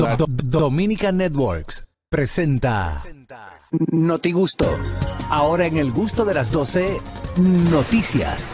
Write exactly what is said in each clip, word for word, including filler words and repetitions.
Do- Do- Dominica Networks presenta Noti Gusto. Ahora en el gusto de las doce, noticias.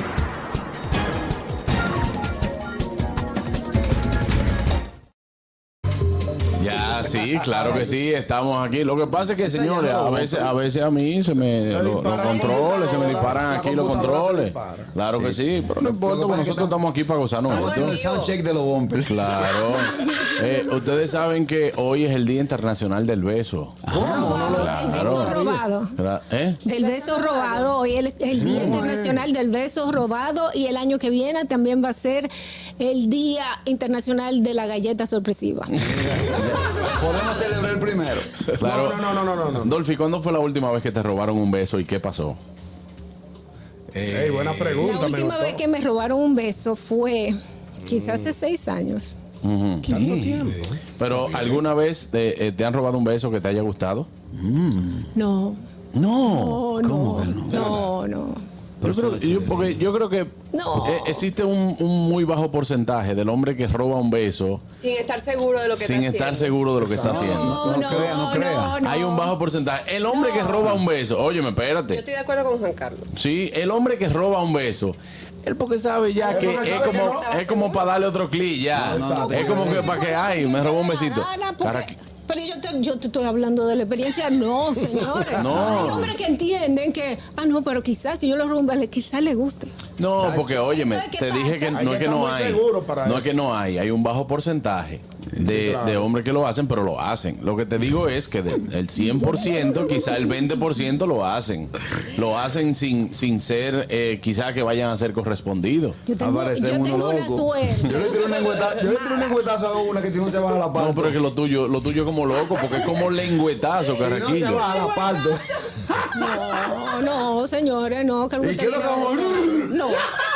Ya, sí, claro que sí, estamos aquí. Lo que pasa es que, señores, a veces a veces a mí se me lo- los controles, se me disparan aquí los controles. Claro que sí, pero no importa, porque nosotros estamos aquí para gozarnos esto. El soundcheck de los bumpers. Claro. Eh, ustedes saben que hoy es el Día Internacional del Beso. ¿Cómo? El beso robado. ¿Eh? Del beso robado. Hoy es el Día Internacional del Beso Robado y el año que viene también va a ser el Día Internacional de la Galleta Sorpresiva. Podemos celebrar el primero. Claro. No, no, no, no, no, no. Dolphy, ¿cuándo fue la última vez que te robaron un beso y qué pasó? Ey, buena pregunta. La última vez que me robaron un beso fue quizás hace seis años. Ujú. ¿Tanto tiempo? Pero, ¿alguna vez te, eh, te han robado un beso que te haya gustado? No. No. No, no. No, no. Yo creo, yo, porque yo creo que No. eh, existe un, un muy bajo porcentaje del hombre que roba un beso Sin estar seguro de lo que sin está estar haciendo. seguro de lo que está haciendo. No, no crea, no crea. no. Hay un bajo porcentaje. El hombre que roba un beso, óyeme, Yo espérate. estoy de acuerdo con Juan Carlos. Sí, el hombre que roba un beso. Él porque sabe ya Él que porque es sabe que como no. es como para darle otro clic ya. No, no, no, es como no, que no, para que ay, me robó un besito. Ana, porque- Cara- pero yo te, yo te estoy hablando de la experiencia. No, señores. No. Hay hombres que entienden que, ah, no, pero quizás si yo lo robo un beso, quizás le guste. No, porque óyeme, Entonces, ¿qué te dije que pasa? Hay no que es que estar no muy hay. seguro para No eso. es que no hay, hay un bajo porcentaje de, claro. de hombres que lo hacen, pero lo hacen. Lo que te digo es que del cien por ciento, quizá el veinte por ciento lo hacen. Lo hacen sin, sin ser, eh, quizá que vayan a ser correspondidos. Yo tengo, yo Aparecemos tengo uno una loco. suerte. Yo le tiro un engüetazo, yo le tiro un engüetazo a una que si no se baja la parte. No, pero es que lo tuyo, lo tuyo es como loco, porque es como lengüetazo, Si no se carraquillo. baja la parte. No, no, señores, no. Que ¿Y qué es lo que vamos a No.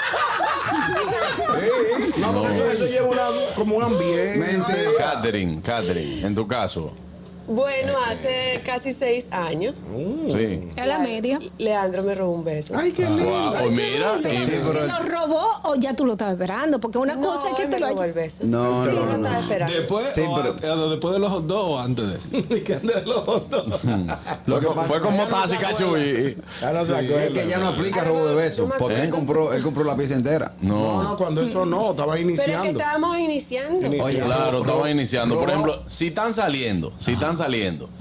No, porque eso, eso lleva una, como un ambiente. Mentira. Catherine, Catherine, en tu caso. Bueno, hace casi seis años, Sí. A la media. Leandro me robó un beso. Ay, qué lindo. Wow, pues mira, Pero y- Sí, pero ¿te lo robó o ya tú lo estabas esperando? Porque una No, cosa es que él te me lo robó haya... el beso. No, sí, no, lo no, estaba no. esperando. Después, Sí, o pero- a- después de los hot dogs o antes de. Que ande de los dos. Lo que pasa fue como es que Taz y Cachu y- y- Ya no se es acuerda. que ya no aplica robo de besos, porque él compró, él compró la pieza entera. No, no, cuando eso no, estaba Pero es que iniciando. estábamos iniciando. Inici- Oye, Claro, Pero- estamos iniciando. Por pero- ejemplo, si están saliendo, si están saliendo,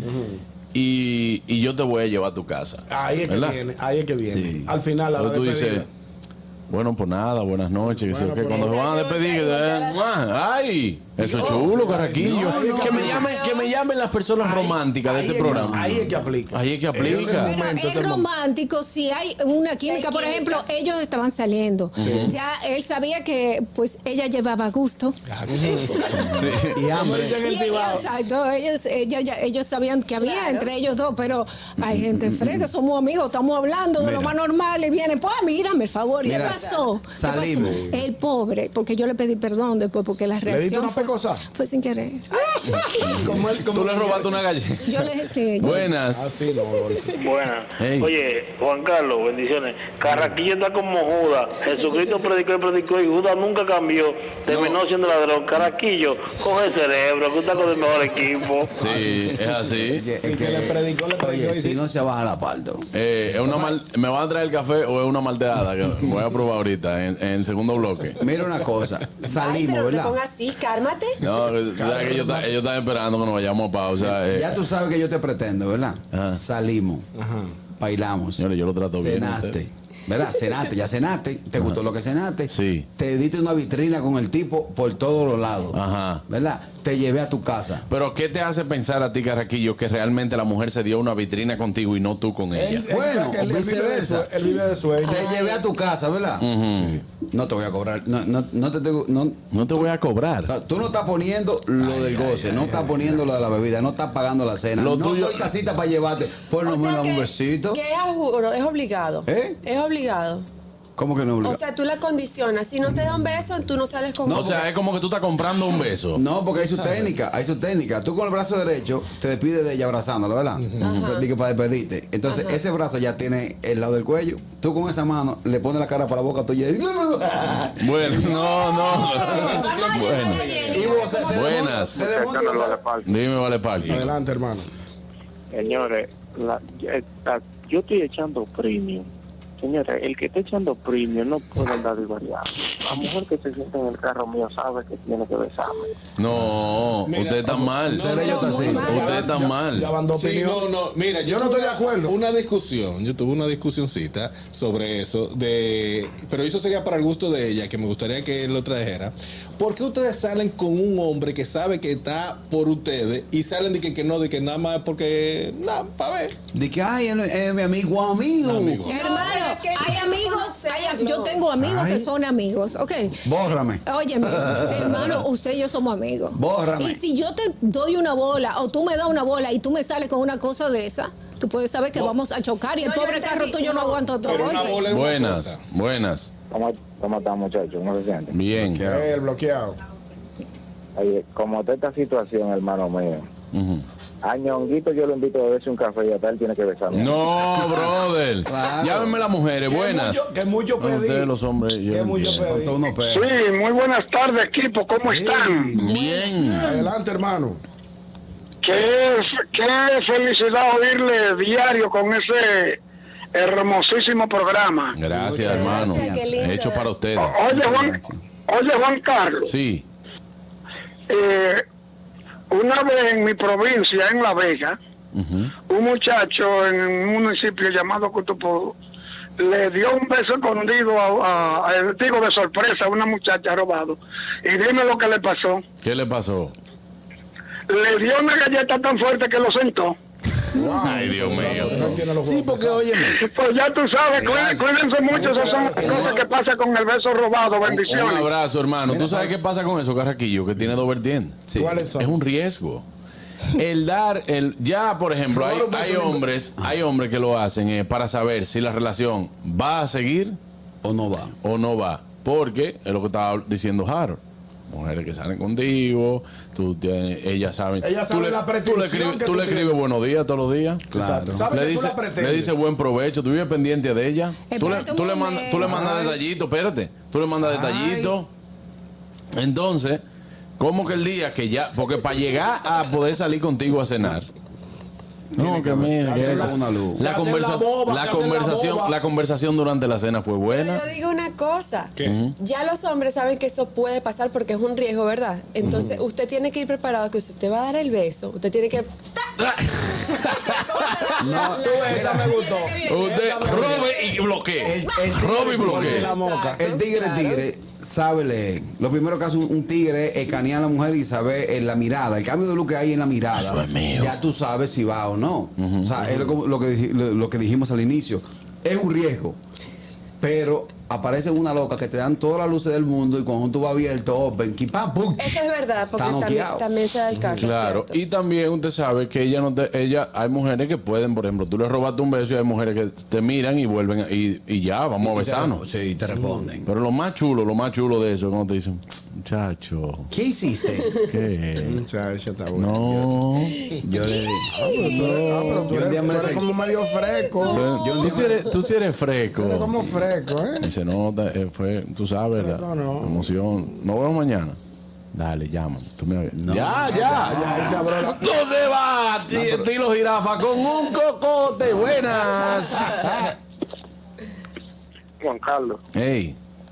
y, y yo te voy a llevar a tu casa. Ahí es que ¿verdad? viene, ahí es que viene. Sí. Al final, a la Entonces tú despedida. dices, bueno, pues nada, buenas noches. Que sé Bueno, yo qué. pero- Cuando se van a despedir, que te den, ¡mua! ¡ay! Eso es chulo, caraquillo. No, no, que, me no. llamen, que me llamen las personas románticas de Ahí este es que- programa. Ahí es que aplica. Ahí es que Ese es el aplica. momento, Pero ese es es el romántico si hay una química. Por ejemplo, ellos estaban saliendo. Ya él sabía que pues ella llevaba gusto. Y hambre. Dicen el Y- cibao. exacto, ellos, ella- ya- ellos sabían que había Claro. entre ellos dos, pero hay gente fresca, somos amigos, estamos hablando de Mira. lo más normal y vienen, pues mírame el favor, ¿qué Mira, pasó? ¿Qué salimos. pasó? El pobre, porque yo le pedí perdón después, porque la diste reacción una fue, pecosa? fue sin querer. Como él- como Tú le él- robaste una galleta. Yo le dije, sí, yo- Buenas. Así no, Dolphy. Buenas. Hey. Oye, Juan Carlos, bendiciones. Carraquillo está como Judas. Jesucristo predicó y predicó y Judas nunca cambió. Terminó siendo ladrón. Carraquillo, coge el cerebro, que está con el mejor equipo. Sí, es así. Que- El que le predicó, le predicó Oye, y si sí. no se baja la parte. Eh, es una mal- ¿Me van a traer el café o es una malteada? Que voy a probar ahorita en, en el segundo bloque. Mira una cosa, Ay, salimos, pero no te ¿verdad? pongas así, cálmate. No, que tú sabes que ellos, están- ellos están esperando que nos vayamos a pausa. eh. Ya tú sabes que yo te pretendo, ¿verdad? Ajá. Salimos, bailamos, Señores, yo lo trato bien, cenaste, usted. ¿verdad? Cenaste, ya cenaste, te gustó lo que cenaste. Sí. Te diste una vitrina con el tipo por todos los lados, Ajá. ¿verdad? Te llevé a tu casa. Pero ¿qué te hace pensar a ti, Carraquillo, que realmente la mujer se dio una vitrina contigo y no tú con ella? Él, él- Bueno, él, él vive de viceversa. su- él vive de sueño. Te llevé a tu casa, ¿verdad? Sí. No te voy a cobrar, no, no, no te tengo, no, No te voy a cobrar. no, tú no estás poniendo lo del goce, no estás poniendo lo de la bebida, no estás pagando la cena. Lo no tuyo- soy tacita para llevarte. Por lo O sea menos que- un besito. Que es, a juro, es obligado. ¿Eh? Es obligado. ¿Cómo que no obliga? O sea, tú la condicionas. Si no te da un beso, tú no sales con O sea, es como que tú estás comprando un beso. No, porque hay su técnica, hay su técnica. Tú con el brazo derecho te despides de ella abrazándola, ¿verdad? Dije para despedirte. Entonces, Ajá. ese brazo ya tiene el lado del cuello. Tú con esa mano le pones la cara para la boca tuya y... Bueno, no, no. Bueno. Y vos, te desmontas- Buenas. te desmontas y vas a- Dime, vale, Parque. Adelante, hermano. Señores, la- eh, la- yo estoy echando premium. Señores, el que está echando premium no puede andar divariando. La mujer que se sienta en el carro mío sabe que tiene que besarme. No, Mira, usted está mal. no, no, Usted está Ya- mal. Ya van dos Sí, opiniones. no, no, mira, Yo no tuve estoy de una- acuerdo. Una discusión, yo tuve una discusioncita sobre eso, de, pero eso sería para el gusto de ella, que me gustaría que él lo trajera. ¿Por qué ustedes salen con un hombre que sabe que está por ustedes y salen de que, que no, de que nada más porque, nada, para ver? De que, ay, él es mi amigo, amigo. Amigo. Hermano, es que hay amigos, hay am- yo tengo amigos Ay. que son amigos, ¿ok? Bórrame. Óyeme, hermano, usted y yo somos amigos. Bórrame. Y si yo te doy una bola o tú me das una bola y tú me sales con una cosa de esa, tú puedes saber que vamos a chocar y el No, yo pobre entendí. carro tuyo no No, aguanta otro Pero una golpe. bola es una Buenas, cosa. buenas. ¿Cómo, cómo están, muchachos? ¿Cómo se sienten? Bien. Eh, el bloqueado. Oye, como está esta situación, hermano mío, Ujú. a Ñonguito yo lo invito a beberse un café y hasta él tiene que besarme. No, brother. Claro. Llámenme las mujeres, buenas. mucho- que mucho No, pedir. ustedes los hombres, yo Que lo mucho entiendo. pedir. Falta uno peor. Sí, muy buenas tardes, equipo. ¿Cómo están? Bien. Adelante, hermano. Qué, qué felicidad oírle diario con ese hermosísimo programa. Gracias, hermano. gracias, qué lindo. Hecho para ustedes. Oye, Juan, oye, Juan Carlos, Sí. eh, una vez en mi provincia, en La Vega, Ujú. un muchacho en un municipio llamado Cotopo le dio un beso escondido a, a, a- digo de sorpresa a una muchacha robado. Y dime lo que le pasó. ¿Qué le pasó? Le dio una galleta tan fuerte que lo sentó. Ay, Dios mío. No tiene los Sí, juegos porque óyeme. Pues ya tú sabes, cuí- Gracias. cuídense mucho, esas son cosas que pasan con el beso robado. Un Bendiciones. abrazo, hermano. ¿Tú sabes qué pasa con eso, Carraquillo? Que tiene dos vertientes. Sí. ¿Cuáles son? Es un riesgo. El dar, el ya, por ejemplo, hay, Robar un beso hay lindo. hombres, hay hombres que lo hacen eh, para saber si la relación va a seguir ¿O no va? o no va. Porque es lo que estaba diciendo Harold. Mujeres que salen contigo, tú tienes, ellas saben. Ellas tú saben le, la tú le pretensión escribes, que tú tú le escribes tienes. buenos días todos los días. Claro. ¿Sabes Le que tú dice, la pretendes? le dice buen provecho, tú vives pendiente de ella. Tú le, Espérate un tú le mandas, tú le mandas momento. detallitos, espérate. Tú le mandas Ay. detallitos. Entonces, ¿cómo que el día que ya? Porque para llegar a poder salir contigo a cenar. No, que mira, se que hacen la- una luz. se la, hacen conversa- la boba, la se hacen la conversación, boba. la conversación durante la cena fue buena. Pero yo digo una cosa. ¿Qué? Ya los hombres saben que eso puede pasar porque es un riesgo, ¿verdad? Entonces, usted tiene que ir preparado que si usted va a dar el beso, usted tiene que... No, Tú, esa me gustó. Usted Esa me gustó. robe y bloquee. El, el Robe y tigre, bloquee. la moca. el tigre, Claro. tigre, sabe leer. Lo primero que hace un, un tigre es escanear a la mujer y saber en la mirada. El cambio de luz que hay en la mirada. Eso es mío. Ya tú sabes si va o no. O sea, es lo, lo que, dij- lo, lo que dijimos al inicio. Es un riesgo. Pero aparece una loca que te dan todas las luces del mundo y cuando tú vas abierto, open, kipá, ¡pum! Eso es verdad, porque Está también, noqueado. también se da el caso. Claro, ¿cierto? y también usted sabe que ella no te, ella, hay mujeres que pueden, por ejemplo, tú le robaste un beso y hay mujeres que te miran y vuelven a- y, y ya, vamos a besarnos. Sí, te responden. Pero lo más chulo, lo más chulo de eso es cuando te dicen, muchacho, ¿Qué hiciste? ¿qué? Muchacha, está bueno. No. Yo le dije. Ah, pero tú Yo un día eres, me tú eres le- como medio fresco. Yo, tú, sí eres, tú sí eres fresco. Tú eres como fresco, ¿eh? Y se nota, eh, fue, tú sabes, ¿verdad? No, no. Emoción. Nos vemos mañana. Dale, llama. Tú me ves. No. ya, ya. Ya, esa broma. No se va. Estilo jirafa con un cocote. Buenas. Juan Carlos, Ey.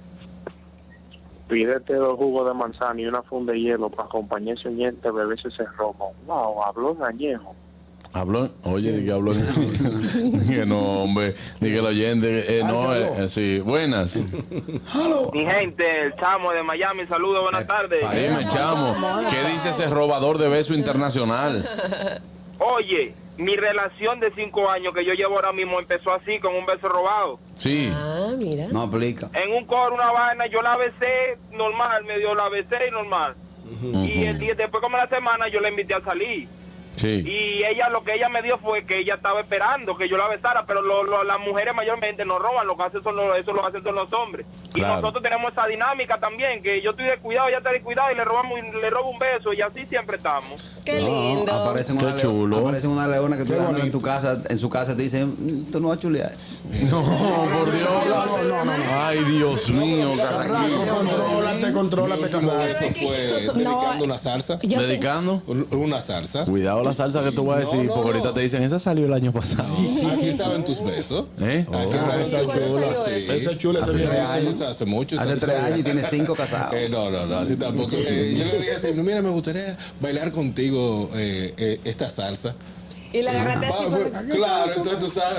pídete dos jugos de manzana y una funda de hielo para acompañar ese oyente beberse ese romo. Wow, habló en añejo. Habló, oye, di que habló. Que no, hombre. Di que el oyente. Eh, Ah, no, que eh, habló. eh, sí. Buenas. Mi gente, el chamo de Miami, saludos, buenas tardes. Dime, chamo. ¿Qué dice ese robador de beso internacional? Oye, mi relación de cinco años que yo llevo ahora mismo empezó así, con un beso robado. Sí. Ah, mira. No aplica. En un coro, una vaina, yo la besé normal, medio la besé y normal. Y el día, después como la semana, yo la invité a salir. Sí. Y ella, lo que ella me dio fue que ella estaba esperando que yo la besara, pero lo, lo, las mujeres mayormente no roban, lo que hacen son los, eso lo hacen son los hombres. Y Claro. nosotros tenemos esa dinámica también, que yo estoy descuidado, ella está descuidada y le robamos, y le robo un beso, y así siempre estamos. Qué No, lindo. aparecen Qué una, leo- chulo. aparecen una leona que tú dejando en tu casa, en su casa te dicen, "Mm, tú no vas a chulear. No, por Dios. no, no, no. Ay, Dios mío, Carraco, contrólate, contrólate, Carraco. Eso fue dedicando una salsa. Yo te- dedicando. Un- Una salsa. Cuidado la salsa que tú vas a decir, No, no, porque ahorita no. te dicen, esa salió el año pasado. Aquí estaban tus besos. ¿Eh? Aquí estaban esa tus chula. besos. Sí. Esa es chula, esa Hace es tres bien. años. Hace mucho. Hace tres años y tiene cinco casados. Eh, no, no, no, así tampoco. Eh, yo le dije así, mira, me gustaría bailar contigo eh, eh, esta salsa. Y la agarraste así. Ah, por fue- la- claro, entonces tú sabes.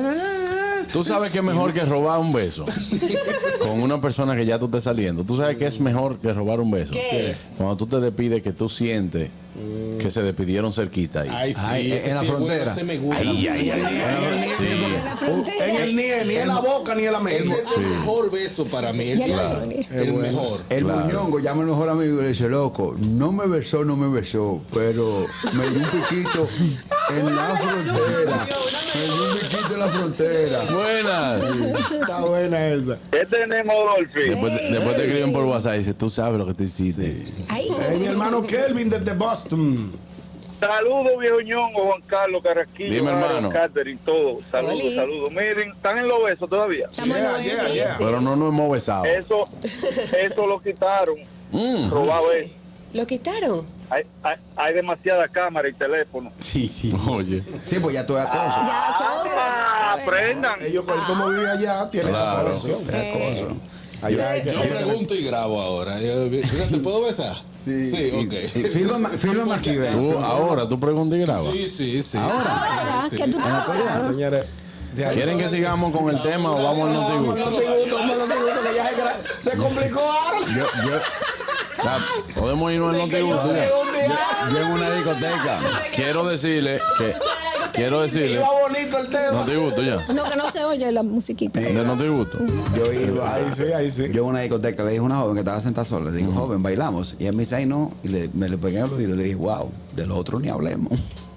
Tú sabes que es mejor que robar un beso con una persona que ya tú estés saliendo. Tú sabes que es mejor que robar un beso. ¿Qué? Cuando tú te despides, que tú sientes que se despidieron cerquita ahí. Ay, sí, Ay, ese en la sí es bueno, frontera. ese me gusta. Ay, ay, ay, ay. Sí. en la frontera. En el nie, ni en la boca, ni en la Ese mente. es el mejor beso para mí. El, Y el claro, beso. el mejor. El Claro. muñongo llama al mejor amigo y le dice, loco, no me besó, no me besó, pero me dio un piquito en la frontera. Me dio un piquito en la frontera. Buenas. Está buena esa. ¿Qué tenemos, Dolphy? Después, te- después te escriben por WhatsApp y dices, tú sabes lo que tú hiciste. Ay, Eh, mi hermano Kelvin desde Boston. Saludos, viejo ñongo, Juan Carlos Carrasquillo, Dime, hermano. Catherine, todo. Saludos, Oli. saludos. Miren, ¿están en los besos todavía? estamos en Yeah, lo yeah, eso. yeah. Pero no nos hemos besado. Eso, eso lo quitaron. Mm. Robado es. ¿Lo quitaron? Hay, hay, hay demasiada cámara y teléfono. Sí, sí. Oye, Sí, pues ya tú es acoso. Ya, cosa. Ah, aprendan. Ellos, pues, como vive allá, tiene Claro. esa población. Eh, Allá hay que. Yo pregunto y grabo ahora. Yo- mira, ¿te puedo besar? Sí, Sí, y- ok. y Fírmame fírmame aquí, ven. tú ahora tú preguntas y grabas. Sí, sí, sí. ahora, que tú te vas. Señores, de ahí- ¿Quieren que sigamos con el tema o vamos al No, notigusto? no te gusta, no te gusta, que ya se gra- se complicó ahora. Yo, yo, Ah, podemos irnos al notigusto ya. Yo en una discoteca. Quiero decirle que quiero decirle Iba bonito el tema. notigusto ya. No, que no se oye la musiquita. De notigusto. Yo iba. Ahí sí, ahí sí. Yo en una discoteca le dije a una joven que estaba sentada sola, le digo, joven, bailamos. Y ella me dice, ay no, y le, me le pegué en el oído y le dije, wow, de lo otro ni hablemos.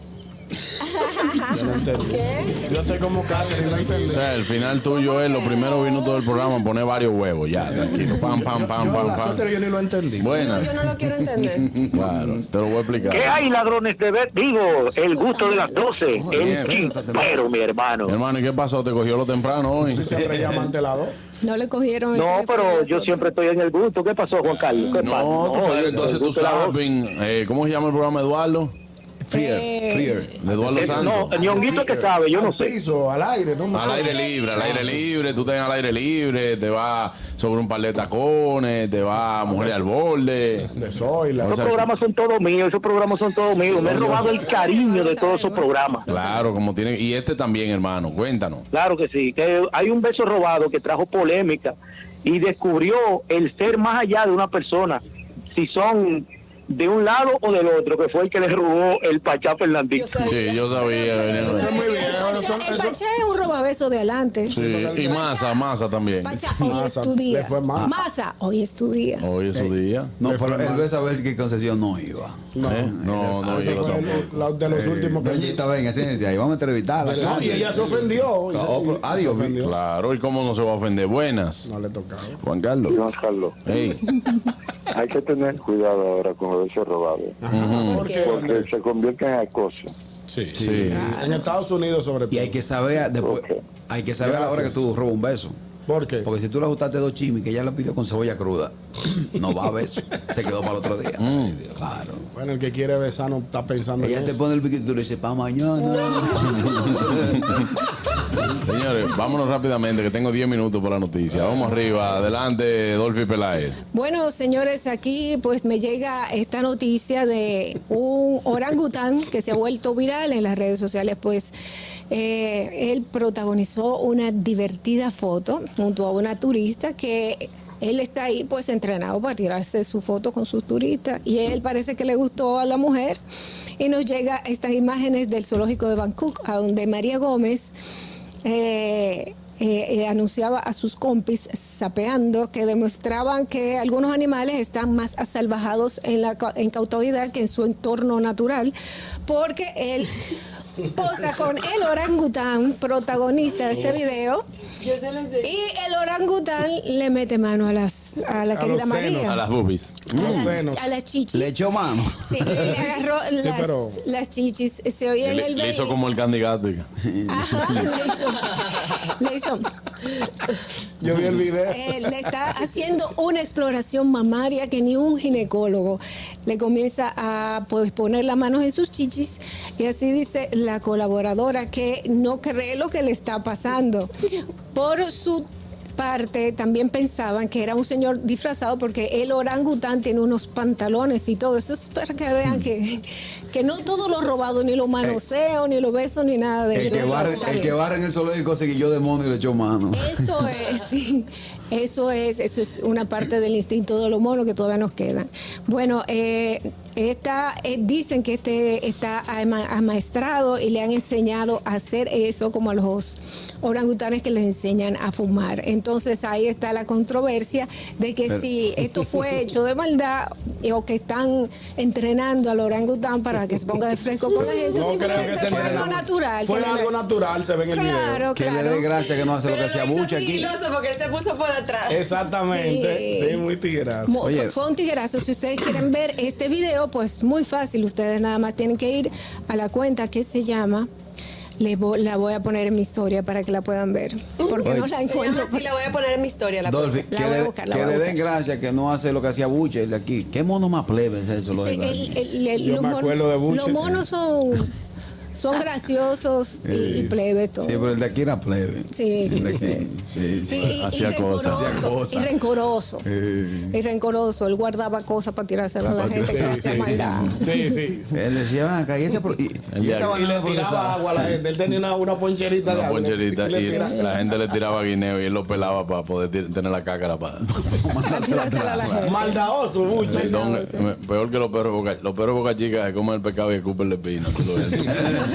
Yo no entendí. Yo estoy como Catherine, no entendí. O sea, el final tuyo es los primeros minutos del programa poner varios huevos, ya, tranquilo. Pam, pam, pam, Yo pam, la pam. suerte yo ni lo entendí. Buenas. Yo no lo quiero entender. Claro, te lo voy a explicar. ¿Qué hay, ladrones de ver? Digo, el gusto de las doce. El chimpero, mi hermano. Hermano, ¿y qué pasó? ¿Te cogió lo temprano hoy? Siempre llaman ante la dos. No le cogieron el No, teléfono a pero yo nosotros. siempre estoy en el gusto. ¿Qué pasó, Juan Carlos? ¿Qué pasa? No, tú sabes, yo- entonces el tú gusto de las sabes, doce. Pin, eh, ¿cómo se llama el programa, Eduardo? Fear, Eh, fear. De Eduardo Eh, Santos. No, el ñonguito que sabe, yo no Al sé. piso, al aire, no me Al aire libre, al aire libre, tú estás al aire libre, te vas sobre un par de tacones, te vas a mujer al borde. De Zoila. O Esos sea, programas son todos míos, esos programas son todos míos. Me he robado el cariño de todos esos programas. Claro, como tiene. Y este también, hermano, cuéntanos. Claro que sí, que hay un beso robado que trajo polémica y descubrió el ser más allá de una persona, si son de un lado o del otro, que fue el que le robó el Pachá Fernández. Sí, yo sabía. venía- Eso es muy bien. Ahora son- El eso- Pachá es un robabeso de adelante. Sí, y masa, masa también. Pacha, hoy es Masa, tu día. le fue mal. Masa, hoy es tu día. Hoy es su día. No, pero él ve saber que Concesión no iba. No, ¿Eh? No, no, ese yo fue tampoco. el- la- de los últimos que. Doñita, ven, esencia, y vamos a entrevistarla. No, y ella se ofendió. y se- Oh, pero- y adiós, se ofendió. Claro, ¿y cómo no se va a ofender? Buenas. No le tocaba. Juan Carlos. Juan Carlos, Hey. hay que tener cuidado ahora con los besos robados, ¿Por qué, porque Andrés? se convierte en acoso. Sí. Sí. En Estados Unidos, sobre todo. Y hay que saber después, Ok. hay que saber a la hora que Gracias. tú robas un beso. ¿Por qué? Porque si tú le ajustaste dos chimis que ella le pidió con cebolla cruda, no va a beso. Se quedó para el otro día. Claro. Bueno, el que quiere besar no está pensando Ella en te eso. pone el piquito y tú le dices, pa' mañana. Señores, vámonos rápidamente, que tengo diez minutos por la noticia. Vamos arriba. Adelante, Dolphy Peláez. Bueno, señores, aquí pues me llega esta noticia de un orangután que se ha vuelto viral en las redes sociales. Pues eh, él protagonizó una divertida foto junto a una turista que él está ahí pues entrenado para tirarse su foto con sus turistas y él parece que le gustó a la mujer y nos llega estas imágenes del zoológico de Bangkok, a donde María Gómez eh, eh, eh, anunciaba a sus compis sapeando que demostraban que algunos animales están más asalvajados en la ca- en cautividad que en su entorno natural, porque él posa con el orangután protagonista de este video. Yo se los digo. Y el orangután le mete mano a las a la A querida los senos. María. A las boobies. A Los las, senos. a las chichis. Le echó mano. Sí, le agarró las, pero- las chichis. Se oía en Le, el le hizo vehículo. como el Candy Gatwick. Ajá, le hizo. Le hizo. Yo vi el video. Eh, le está haciendo una exploración mamaria que ni un ginecólogo. Le comienza a pues, poner las manos en sus chichis y así dice la colaboradora que no cree lo que le está pasando. Por su parte también pensaban que era un señor disfrazado porque el orangután tiene unos pantalones y todo eso es para que vean que, que no todo lo robado, ni lo manoseo, ni lo beso, ni nada de El eso. que barre, el que barre en el zoológico se guilló de mono y le echó mano. Eso es, sí. Eso es, eso es una parte del instinto de los monos que todavía nos quedan. Bueno, eh, esta, eh, dicen que este está ama- amaestrado y le han enseñado a hacer eso como a los orangutanes que les enseñan a fumar. Entonces ahí está la controversia de que Pero- si esto fue hecho de maldad eh, o que están entrenando al orangután para que se ponga de fresco con la gente, No creo que simplemente se fue algo entrenó. natural. Fue que le- algo natural, se ve en el video. Claro, Que le claro. dé gracia que no hace lo que Pero hacía lo hizo Bucha aquí. tigrazo porque él se puso por atrás. Exactamente. Sí. Sí, muy tigrazo. Mo- Oye. Fue un tiguerazo. Si ustedes quieren ver este video, pues muy fácil. Ustedes nada más tienen que ir a la cuenta que se llama. Le vo- la voy a poner en mi historia para que la puedan ver. Porque Oye. no la Se llama encuentro. así, la voy a poner en mi historia. La Dolphy, La que, voy a le, buscar, la que voy a le den buscar. gracia que no hace lo que hacía Bucha el de aquí. ¿Qué mono más plebe es eso? Sí, el- el- el- Yo los me mon- acuerdo de Buche. Los monos son, son graciosos y, y plebe todo. Sí, pero el de aquí era plebe. Sí, sí, El de aquí, sí. sí, Sí, sí. y, y Hacía cosas. rencoroso, Hacía cosas. y rencoroso. Eh, Y rencoroso. Él guardaba cosas para tirárselo a la Para gente que le Sí, hacía sí, maldad. sí, sí, sí. Él decía, "Ven acá, y este pro- y, El y de esta aquí. Y banana le tiraba procesada". agua a la gente. Él tenía una, una poncherita de Una agua. poncherita Le y tiraba- la gente le tiraba guineo y él lo pelaba para poder tir- tener la cácara para. Para tirárselo a la gente. Maldadoso, mucho. Perdón, Maldadoso. me- peor que los perros de boca, los perros de boca chica que comen el pescado y escupen el pino. Tú lo ves.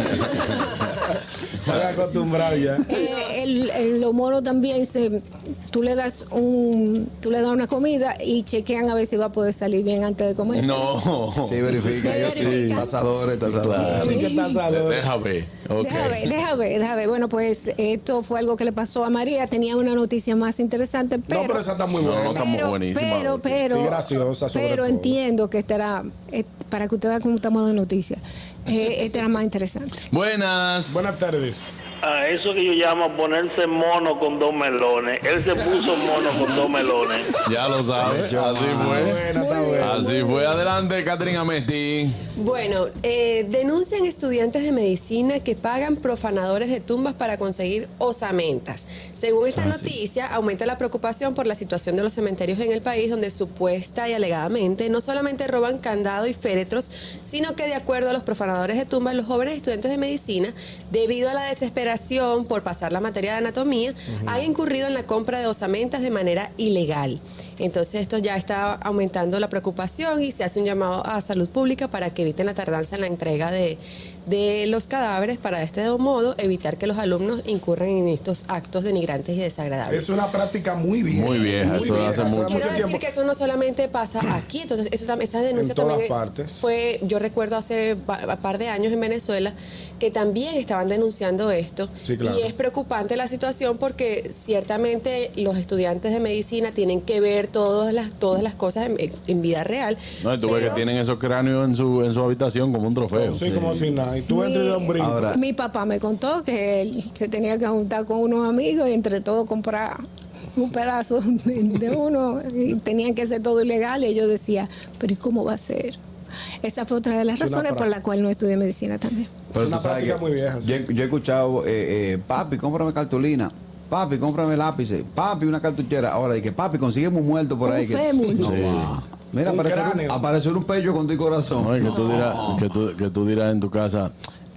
Estoy acostumbrado ya. Eh, el, el- los monos también se, tú le das un, tú le das una comida y chequean a ver si va a poder salir bien antes de comer. No. Sí, verifica. Sí, Ellos sí. verifica. Tasadores, tasadores. Claro. ¿Y qué tal, Salvador? Deja ver. Ok. Deja ver, deja ver, deja ver. Bueno, pues esto fue algo que le pasó a María. Tenía una noticia más interesante, pero No, pero esa está muy No, buena. no, estamos pero, buenísimas, pero, Dolphy. pero, Y graciosa sobre pero todo. entiendo que estará, eh, para que usted vea cómo estamos de noticias, eh, este era más interesante. Buenas. Buenas tardes. A eso que yo llamo ponerse mono con dos melones. Él se puso mono con dos melones. Ya lo sabes. Así fue. Buena, está buena. Así fue. Adelante, Catherine Amesti. Bueno, eh, denuncian estudiantes de medicina que pagan profanadores de tumbas para conseguir osamentas. Según esta noticia, aumenta la preocupación por la situación de los cementerios en el país, donde supuesta y alegadamente no solamente roban candado y féretros, sino que de acuerdo a los profanadores de tumbas, los jóvenes estudiantes de medicina, debido a la desesperación por pasar la materia de anatomía, han incurrido en la compra de osamentas de manera ilegal. Entonces esto ya está aumentando la preocupación y se hace un llamado a salud pública para que eviten la tardanza en la entrega de, de los cadáveres, para de este modo evitar que los alumnos incurran en estos actos denigrantes y desagradables. Es una práctica muy vieja. Muy vieja, eso vieja, hace mucho. Quiero decir tiempo. que eso no solamente pasa aquí, entonces eso también, esa denuncia En todas también partes. fue, yo recuerdo hace un par de años en Venezuela que también estaban denunciando esto. Sí, claro. Y es preocupante la situación porque ciertamente los estudiantes de medicina tienen que ver todas las, todas las cosas en, en vida real. No, y tú ves que pero- tienen esos cráneos en su, en su habitación como un trofeo. Sí, como si nada. Y tú Mi- entras y das un brinco. Ahora, Mi papá me contó que él se tenía que juntar con unos amigos y entre todos comprar un pedazo de, de uno y tenían que hacer todo ilegal y yo decía, pero ¿y cómo va a ser? Esa fue otra de las Es una razones por pra- la cual no estudié medicina también. pero una tú sabes práctica que muy vieja, sí. yo, yo he escuchado, eh, eh, papi, cómprame cartulina. Papi, cómprame lápices. Papi, una cartuchera. Ahora, de que papi, conseguimos un muerto por Un ahí. que- fémur. No, Sí. va. Mira, Un apareció un, cráneo. apareció un pecho con tu corazón. No, y que, tú dirás, que, tú, que tú dirás en tu casa,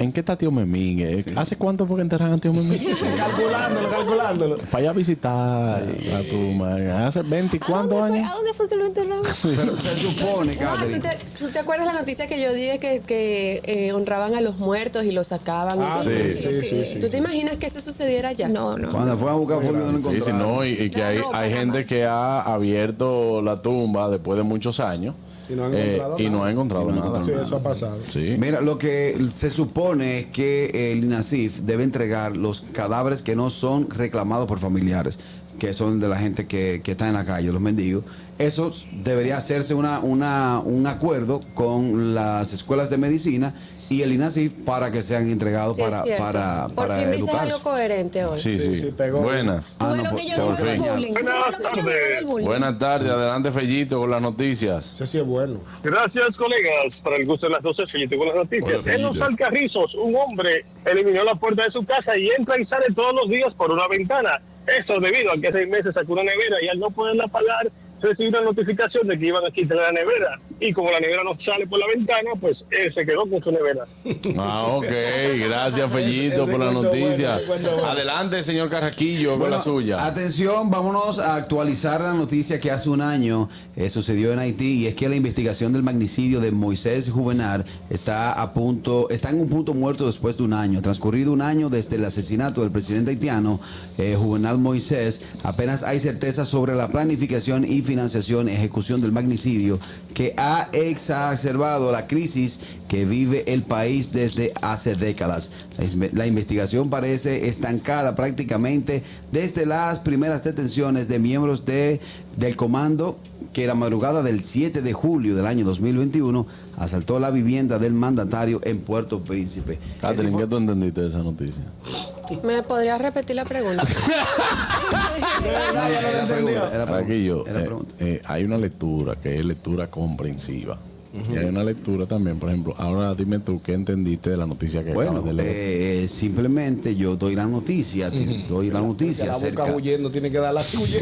¿en qué está tío Memín? Eh, ¿Hace cuánto fue que enterraron a tío Memín? calculándolo, calculándolo. Para allá a visitar la tumba. Hace veinte y cuántos ¿A dónde años. fue, ¿A dónde fue que lo enterramos? Pero se supone, Ah, ¿tú, Catherine. te, ¿Tú te acuerdas la noticia que yo dije que, que eh, honraban a los muertos y los sacaban? Ah, Sí, sí, sí, sí, sí, sí. ¿Tú te imaginas que eso sucediera ya? No, no. Cuando fue a buscar Fulvio no lo Sí, sí, encontraron. no, y, y que La hay, ropa, hay nada gente más. que ha abierto la tumba después de muchos años Y no han eh, encontrado y no nada. ha encontrado Y no han nada. Sí, eso ha pasado. Sí. Mira, lo que se supone es que el INASIF debe entregar los cadáveres que no son reclamados por familiares, que son de la gente que, que está en la calle, los mendigos. Eso debería hacerse una, una, un acuerdo con las escuelas de medicina y el INASIF para que sean entregados Sí, es para, cierto. para, Por para fin dices educarse. algo coherente hoy. Sí, sí. sí, pegó. Buenas. Tú Ah, ves no, lo que yo por- digo por del fin. bullying. Tú ves lo que yo digo del bullying. Buenas tardes, adelante Fellito con las noticias. Ese sí es bueno. Gracias, colegas. Para el gusto de las doce, Fellito con las noticias. Hola, En Fellito. Los Alcarrizos, un hombre eliminó la puerta de su casa y entra y sale todos los días por una ventana. Esto debido a que hace seis meses sacó una nevera y al no poderla pagar, recibió una notificación de que iban a quitarle la nevera. Y como la nevera no sale por la ventana, pues él se quedó con su nevera. Ah, ok. Gracias, Fellito, Ese por la cuento noticia. bueno, ese cuento bueno. Adelante, señor Carraquillo, con Bueno, la suya. Atención, vámonos a actualizar la noticia que hace un año eh, sucedió en Haití, y es que la investigación del magnicidio de Moisés Juvenal está a punto, está en un punto muerto después de un año. Transcurrido un año desde el asesinato del presidente haitiano eh, Juvenal Moisés, apenas hay certeza sobre la planificación y financiación y ejecución del magnicidio, que ha exacerbado la crisis que vive el país desde hace décadas. La, isme- la investigación parece estancada prácticamente desde las primeras detenciones de miembros de, del comando que la madrugada del siete de julio del año dos mil veintiuno asaltó la vivienda del mandatario en Puerto Príncipe. Catherine, ¿qué tú entendiste de esa noticia? ¿Me podrías repetir la pregunta? No, era la pregunta, era la pregunta, Carraquillo, era la eh, pregunta. eh, hay una lectura que es lectura comprensiva. Y hay una lectura también, por ejemplo, ahora dime tú qué entendiste de la noticia que Bueno, acabas de leer. eh, simplemente yo doy la noticia, doy la Que noticia la boca acerca. huyendo tiene que dar la suya.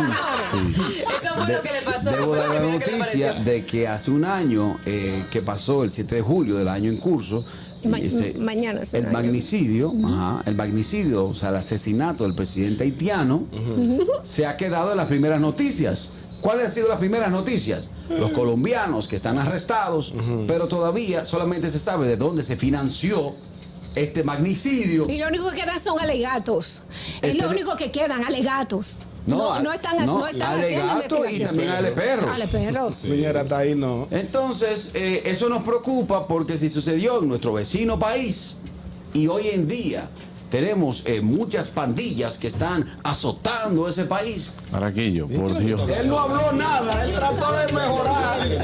Eso fue lo que le pasó. Debo fue dar lo la primero que le noticia pareció. de que hace un año eh, que pasó el siete de julio del año en curso, Ma- ese- mañana es un el año. magnicidio, ajá, el magnicidio, o sea, el asesinato del presidente haitiano, se ha quedado en las primeras noticias. ¿Cuáles han sido las primeras noticias? Los colombianos que están arrestados, pero todavía solamente se sabe de dónde se financió este magnicidio. Y lo único que quedan son alegatos. Es Este lo de- único que quedan, alegatos. No, No, al- no están, no, no están haciendo alegato y investigación. también ale perro. Ale perro. Señora, hasta ahí no. Entonces, eh, eso nos preocupa porque si sucedió en nuestro vecino país y hoy en día tenemos eh, muchas pandillas que están azotando ese país. Carraquillo, por Dios. Él no habló nada, él trató de mejorar. ¿Qué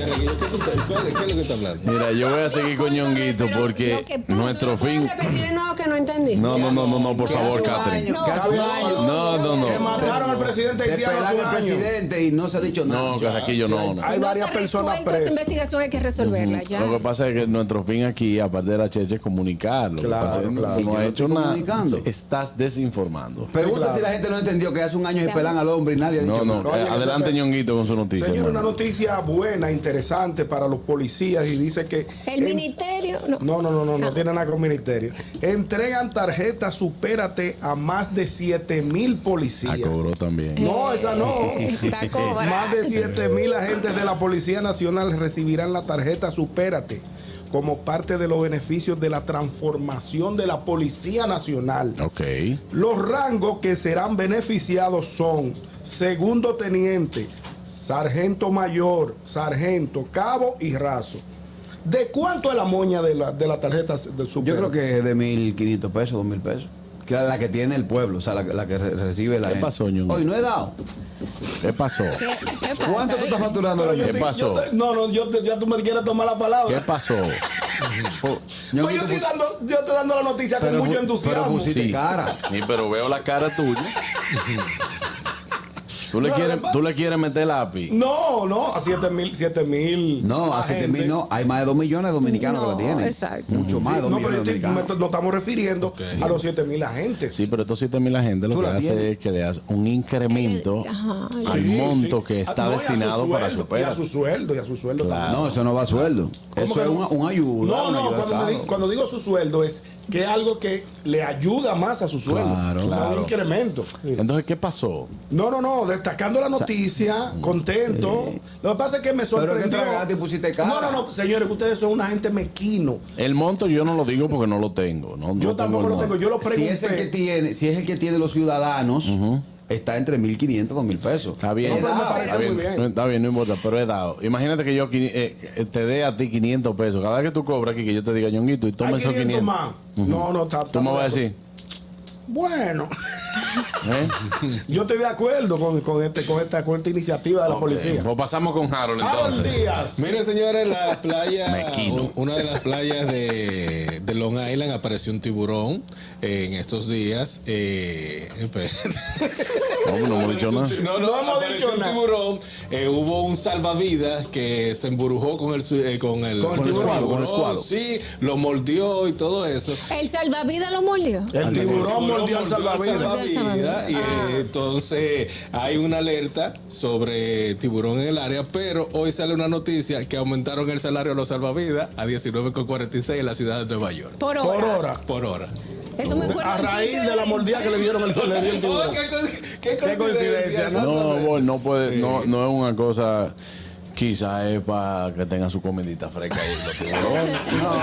es lo que está hablando? Mira, yo voy a seguir con Ñonguito porque Lo que pasa- nuestro fin. ¿Puedes repetir de nuevo que no entendí? No, no, no, no, no, por Que favor, hace un Catherine. año, que hace un año No, no, Que no. mataron al presidente se haitiano hace pelan un al año. presidente y no se ha dicho nada. No, Carraquillo, no, no. Hay no varias se ha personas resuelto esa presas. investigación, hay que resolverla ya. Lo que pasa es que nuestro fin aquí, aparte de la cheche, es comunicar. Lo que Claro, pasa es que claro. no Y yo ha no hecho estoy nada. comunicando. Estás desinformando. Pregunta claro. si la gente no entendió que hace un año se pelan al hombre y nadie ha dicho No, no. nada. eh, adelante, Ñonguito, con su noticia. Señor, una hermano. noticia buena, interesante para los policías y dice que... El en- ministerio, no. No, no, no, no, no Ah. tiene nada con ministerio. Entregan tarjeta Supérate a más de siete mil Ah, policías. cobró también. No, esa no. Está cobrado. Más de siete mil agentes de la Policía Nacional recibirán la tarjeta Supérate como parte de los beneficios de la transformación de la Policía Nacional. Ok. Los rangos que serán beneficiados son segundo teniente, sargento mayor, sargento, cabo y raso. ¿De cuánto es la moña de la, de la tarjeta de Supérate? Yo creo que es de mil quinientos pesos, dos mil pesos. Que es la que tiene el pueblo, o sea, la, la que re- recibe la ¿Qué gente. pasó, Ñongo? Hoy no he dado. ¿Qué pasó? ¿Qué, qué pasa? ¿Cuánto tú estás facturando Pero la yo ¿Qué te- pasó? yo te- no, no, yo te- ya tú me quieres tomar la palabra. ¿Qué pasó? Oh, Pues yo estoy dando, yo estoy dando la noticia con mucho pu- entusiasmo. pero pusiste Sí. cara. Sí, pero veo la cara tuya. ¿Tú le, No, quieres, no, ¿Tú le quieres meter lápiz? No, no, a siete mil, siete mil. No, a siete mil no. Hay más de dos millones de dominicanos No, que la tienen. exacto. Mucho más de dos No, pero millones yo de estoy- dominicanos. me- nos estamos refiriendo Ok. a los siete mil agentes. Sí, pero estos siete mil agentes lo ¿Tú que la hace tienes? es que le hace un incremento Ajá, al Sí, monto sí. que está Ah, no, y a su destinado para sueldo, su Y a pera. su sueldo, y a su sueldo Claro. también. No, eso no va a sueldo. ¿Cómo Eso que es no? una, un ayuda. No, una no, ayuda, cuando, me claro. di- cuando digo su sueldo es que es algo que le ayuda más a su sueldo. Claro, O sea, claro. un incremento. Entonces, ¿qué pasó? No, no, no, destacando la noticia, contento. Lo que pasa es que me Pero que sorprendió. tragaste y pusiste cara. No, no, no, señores, que ustedes son una gente mequino. El monto yo no lo digo porque no lo tengo. No, Yo no tampoco el lo monto. tengo, yo lo Si pregunté. es el que tiene, si es el que tiene los ciudadanos, está entre mil quinientos, dos mil pesos. Está bien. No, pero me Está parece bien. muy bien. No, está bien, no importa, pero he dado. Imagínate que yo qui- eh, te dé a ti quinientos pesos. Cada vez que tú cobras aquí, que yo te diga, Ñonguito, y toma Hay esos quinientos quinientos. más. No, no, está. Tú me vas a decir, Bueno, ¿eh? yo estoy de acuerdo con, con, este, con, esta, con esta iniciativa de la Ok, policía. Pues pasamos con Harold Harold entonces. Díaz. Miren, señores, la playa, Mequino. u- una de las playas de, de Long Island apareció un tiburón eh, en estos días. Eh, espérate. No, no hemos dicho nada. No, no, No hemos apareció dicho un nada. tiburón. Eh, hubo un salvavidas que se emburujó con el su- eh, con el, Con el escualo, con el escualo. Sí, lo mordió y todo eso. El salvavidas lo mordió. El tiburón mordió al mordió al salvavidas. salvavidas, y Ah. eh, entonces hay una alerta sobre tiburón en el área, pero hoy sale una noticia que aumentaron el salario a los salvavidas a diecinueve con cuarenta y seis en la ciudad de Nueva York. Por hora. Por hora. Por hora. Eso me acuerda A un raíz chiste de la mordida que le dieron el, le dio el Oh, tiburón. qué, co- qué coincidencia, coincidencia, ¿no? No, exactamente. boy, no puede, no, no es una cosa. Quizás es para que tengan su comidita fresca ahí los tiburones.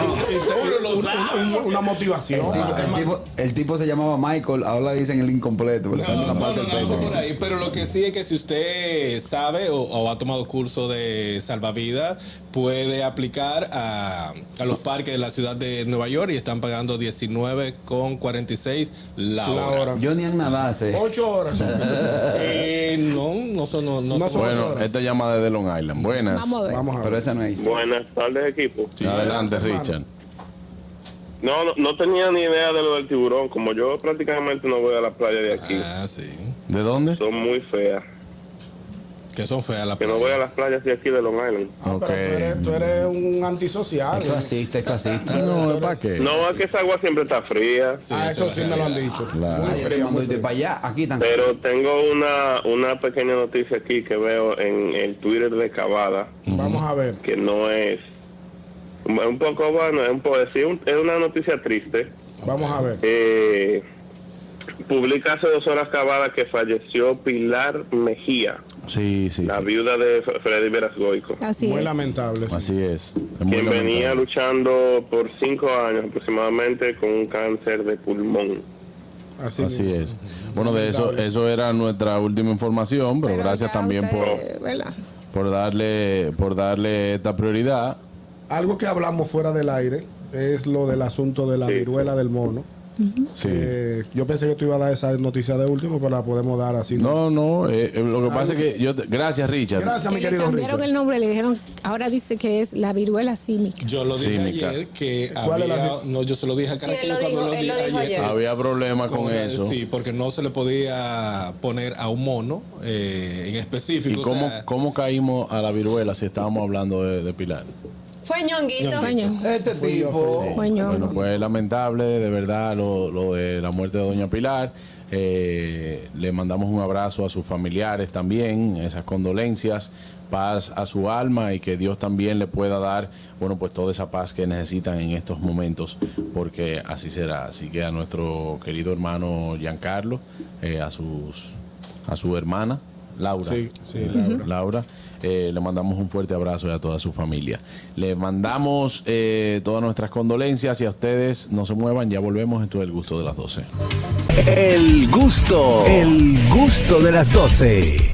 Uno lo Un- sabe. un- una motivación. El tipo, el, tipo, el tipo se llamaba Michael, ahora dicen el incompleto. Le No, falta no, una no, parte no, del no, pecho. por ahí. Pero lo que sí es que si usted sabe o, o ha tomado curso de salvavidas, puede aplicar a, a los parques de la ciudad de Nueva York y están pagando diecinueve con cuarenta y seis la La hora. hora. Yo ni en nada sé. Ocho horas. son. Eh, no, no son, no, no No son- son- Bueno, esta llamada es de Long Island. Buenas. Vamos a ver. Vamos a ver. Pero esa no es historia. Buenas tardes, equipo. Adelante, hermano. Richard. No, no, no tenía ni idea de lo del tiburón. Como yo prácticamente no voy a la playa de aquí, Ah, sí. ¿De dónde? son muy feas. Que son feas las Que no voy a playas. las playas de aquí de Long Island. Ah, Ok. pero tú eres, tú eres un antisocial. Es clasista, es clasista. No, ¿para qué? No, es que esa agua siempre está fría. Ah, eso es sí me lo han realidad. dicho. Claro. Muy Ay, fría, cuando muy irte fría. para allá, aquí están. Pero tengo una, una pequeña noticia aquí que veo en el Twitter de Cavada, Vamos a ver. que no es es un poco bueno, es, un po- sí, un- es una noticia triste. Vamos a ver. Eh, publica hace dos horas Cavada que falleció Pilar Mejía, Sí, sí. la sí. viuda de Freddy Verasgoico, Así Muy es. lamentable. sí. Así es. Es muy quien venía lamentable. luchando por cinco años aproximadamente con un cáncer de pulmón. Así, Así mismo. es. Bueno, de eso, Lamentable. eso era nuestra última información, pero, Pero gracias ya también usted, por, ¿verdad? por darle, por darle esta prioridad. Algo que hablamos fuera del aire es lo del asunto de la Sí. viruela del mono. Sí. Eh, yo pensé que tú ibas a dar esa noticia de último, pero la podemos dar así. No, no, eh, eh, lo que pasa es que yo... te- gracias, Richard. Gracias, mi Que le querido cambiaron Richard. el nombre, le dijeron, ahora dice que es la viruela símica. Yo lo dije Sí, Mica. ayer que ¿Cuál es la había, si- no, yo se lo dije a Sí, Carraquillo él lo cuando dijo, lo él dije lo dijo ayer. ayer. Había problemas con Con- eso. Sí, porque no se le podía poner a un mono eh, en ¿Y específico. o cómo, sea, cómo caímos a la viruela si estábamos hablando de, de Pilar? Fue Ñonguito. Coño, Este tipo. coño. Bueno, pues lamentable, de verdad, lo, lo de la muerte de Doña Pilar. Eh, le mandamos un abrazo a sus familiares también, esas condolencias, paz a su alma y que Dios también le pueda dar, bueno, pues toda esa paz que necesitan en estos momentos, porque así será. Así que a nuestro querido hermano Giancarlo, eh, a sus, a su hermana Laura, Sí, sí, Laura. Laura, eh, le mandamos un fuerte abrazo y a toda su familia. Le mandamos eh, todas nuestras condolencias y a ustedes no se muevan, ya volvemos. Esto es El Gusto de las doce. El gusto, el gusto de las doce.